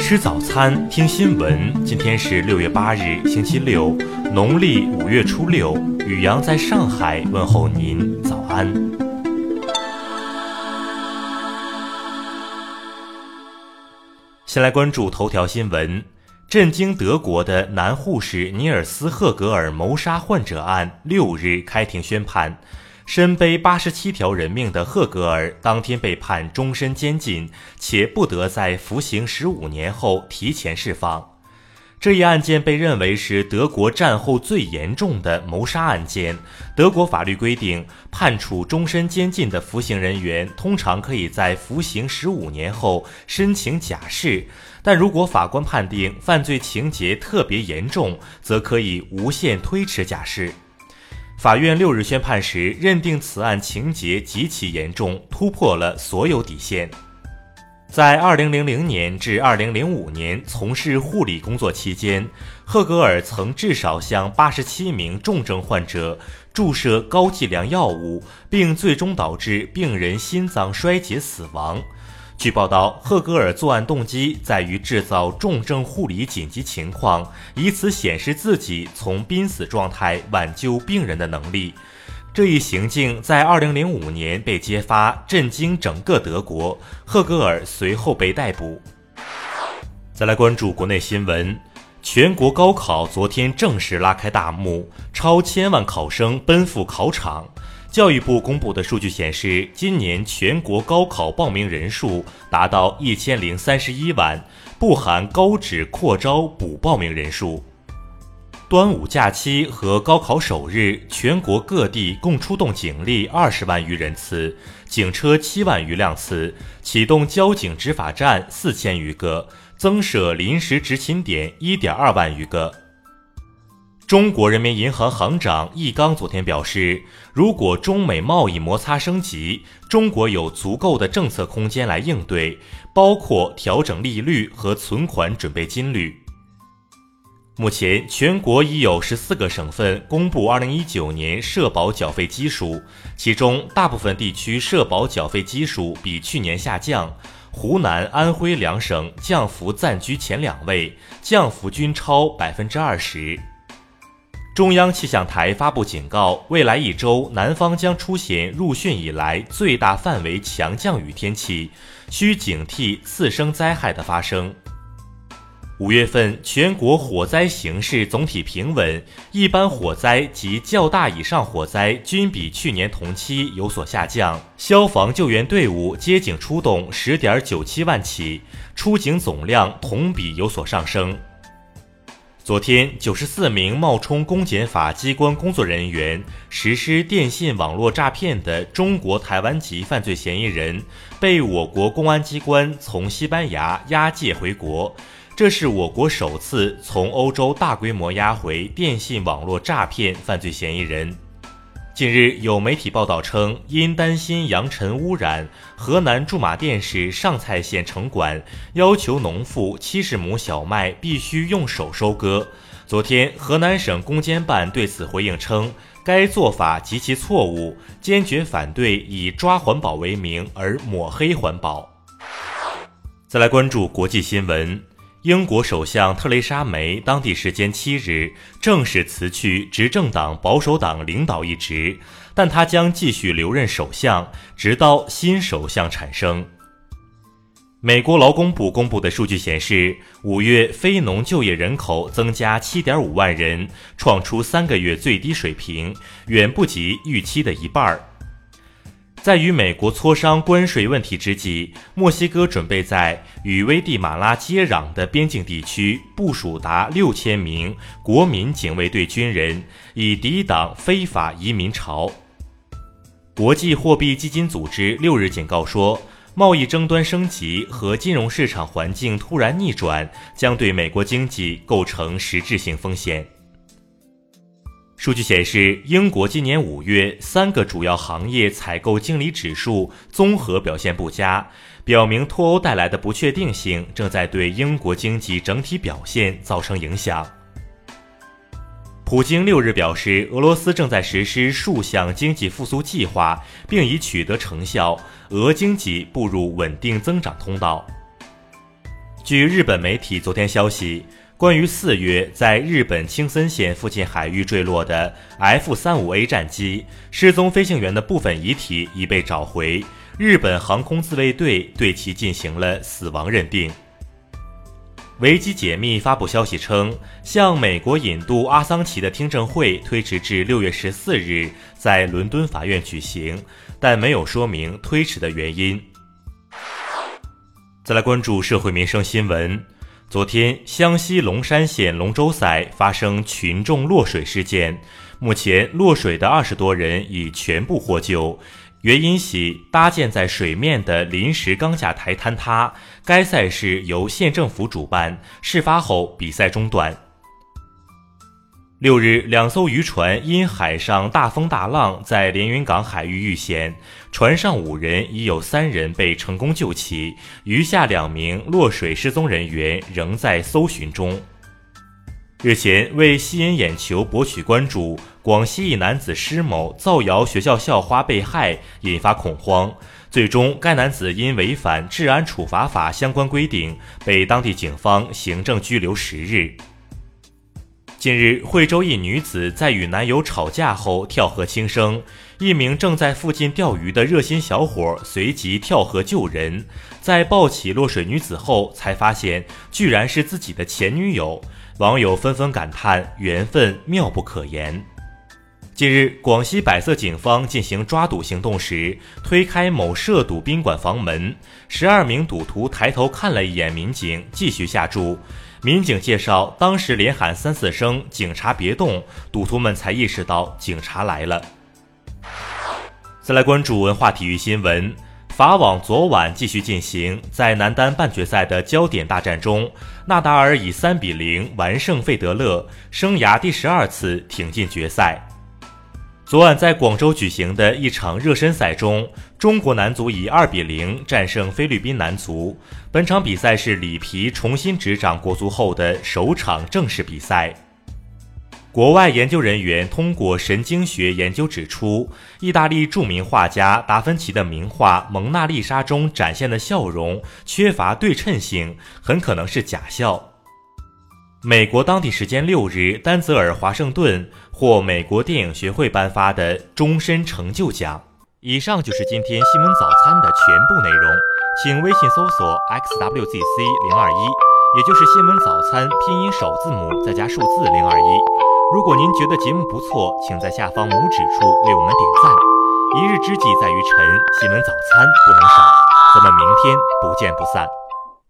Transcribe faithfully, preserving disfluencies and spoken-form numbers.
吃早餐，听新闻。今天是六月八日，星期六，农历五月初六。宇阳在上海问候您，早安。先来关注头条新闻。震惊德国的男护士尼尔斯·赫格尔谋杀患者案六日开庭宣判，身背八十七条人命的赫格尔当天被判终身监禁，且不得在服刑十五年后提前释放。这一案件被认为是德国战后最严重的谋杀案件。德国法律规定，判处终身监禁的服刑人员通常可以在服刑十五年后申请假释，但如果法官判定犯罪情节特别严重，则可以无限推迟假释。法院六日宣判时认定此案情节极其严重，突破了所有底线。在二零零零年至二零零五年从事护理工作期间，赫格尔曾至少向八十七名重症患者注射高剂量药物，并最终导致病人心脏衰竭死亡。据报道，赫格尔作案动机在于制造重症护理紧急情况，以此显示自己从濒死状态挽救病人的能力。这一行径在二零零五年被揭发，震惊整个德国。赫格尔随后被逮捕。再来关注国内新闻。全国高考昨天正式拉开大幕，超千万考生奔赴考场。教育部公布的数据显示，今年全国高考报名人数达到一千零三十一万，不含高指扩招补报名人数。端午假期和高考首日，全国各地共出动警力二十万余人次，警车七万余辆次，启动交警执法站四千余个，增设临时执勤点一点二万余个。中国人民银行行长易纲昨天表示，如果中美贸易摩擦升级，中国有足够的政策空间来应对，包括调整利率和存款准备金率。目前，全国已有十四个省份公布二零一九年社保缴费基数，其中大部分地区社保缴费基数比去年下降，湖南、安徽两省降幅暂居前两位，降幅均超 百分之二十。中央气象台发布警告，未来一周南方将出现入汛以来最大范围强降雨天气，需警惕次生灾害的发生。五月份全国火灾形势总体平稳，一般火灾及较大以上火灾均比去年同期有所下降。消防救援队伍接警出动 十点九七万起，出警总量同比有所上升。昨天，九十四名冒充公检法机关工作人员实施电信网络诈骗的中国台湾籍犯罪嫌疑人被我国公安机关从西班牙押解回国。这是我国首次从欧洲大规模押回电信网络诈骗犯罪嫌疑人。近日有媒体报道称，因担心扬尘污染，河南驻马店市上蔡县城管要求农妇七十亩小麦必须用手收割。昨天，河南省公监办对此回应称，该做法极其错误，坚决反对以抓环保为名而抹黑环保。再来关注国际新闻。英国首相特蕾莎梅当地时间七日正式辞去执政党保守党领导一职，但她将继续留任首相，直到新首相产生。美国劳工部公布的数据显示，五月非农就业人口增加 七点五万人，创出三个月最低水平，远不及预期的一半。在与美国磋商关税问题之际，墨西哥准备在与危地马拉接壤的边境地区部署达六千名国民警卫队军人，以抵挡非法移民潮。国际货币基金组织六日警告说，贸易争端升级和金融市场环境突然逆转将对美国经济构成实质性风险。数据显示，英国今年五月三个主要行业采购经理指数综合表现不佳，表明脱欧带来的不确定性正在对英国经济整体表现造成影响。普京六日表示，俄罗斯正在实施数项经济复苏计划，并已取得成效，俄经济步入稳定增长通道。 据日本媒体昨天消息，关于四月在日本青森县附近海域坠落的 F 三十五 A 战机失踪飞行员的部分遗体已被找回，日本航空自卫队对其进行了死亡认定。维基解密发布消息称，向美国引渡阿桑奇的听证会推迟至六月十四日在伦敦法院举行，但没有说明推迟的原因。再来关注社会民生新闻。昨天，湘西龙山县龙舟赛发生群众落水事件，目前落水的二十多人已全部获救。原因系搭建在水面的临时钢架台坍塌，该赛事由县政府主办，事发后比赛中断。六日，两艘渔船因海上大风大浪在连云港海域遇险，船上五人已有三人被成功救起，余下两名落水失踪人员仍在搜寻中。日前，为吸引眼球博取关注，广西一男子施某造谣学校校花被害，引发恐慌。最终，该男子因违反治安处罚法相关规定，被当地警方行政拘留十日。近日，惠州一女子在与男友吵架后跳河轻生，一名正在附近钓鱼的热心小伙随即跳河救人，在抱起落水女子后，才发现居然是自己的前女友。网友纷纷感叹缘分妙不可言。近日，广西百色警方进行抓赌行动时，推开某涉赌宾馆房门，十二名赌徒抬头看了一眼民警，继续下注。民警介绍，当时连喊三四声警察别动，赌徒们才意识到警察来了。再来关注文化体育新闻。法网昨晚继续进行，在男单半决赛的焦点大战中，纳达尔以三比零完胜费德勒，生涯第十二次挺进决赛。昨晚在广州举行的一场热身赛中，中国男足以二比零战胜菲律宾男足。本场比赛是里皮重新执掌国足后的首场正式比赛。国外研究人员通过神经学研究指出，意大利著名画家达芬奇的名画《蒙娜丽莎》中展现的笑容缺乏对称性，很可能是假笑。美国当地时间六日，丹泽尔·华盛顿获美国电影学会颁发的终身成就奖。以上就是今天新闻早餐的全部内容，请微信搜索 X W Z C 零二一，也就是新闻早餐拼音首字母再加数字零二一。如果您觉得节目不错，请在下方拇指处为我们点赞。一日之计在于晨，新闻早餐不能少，咱们明天不见不散。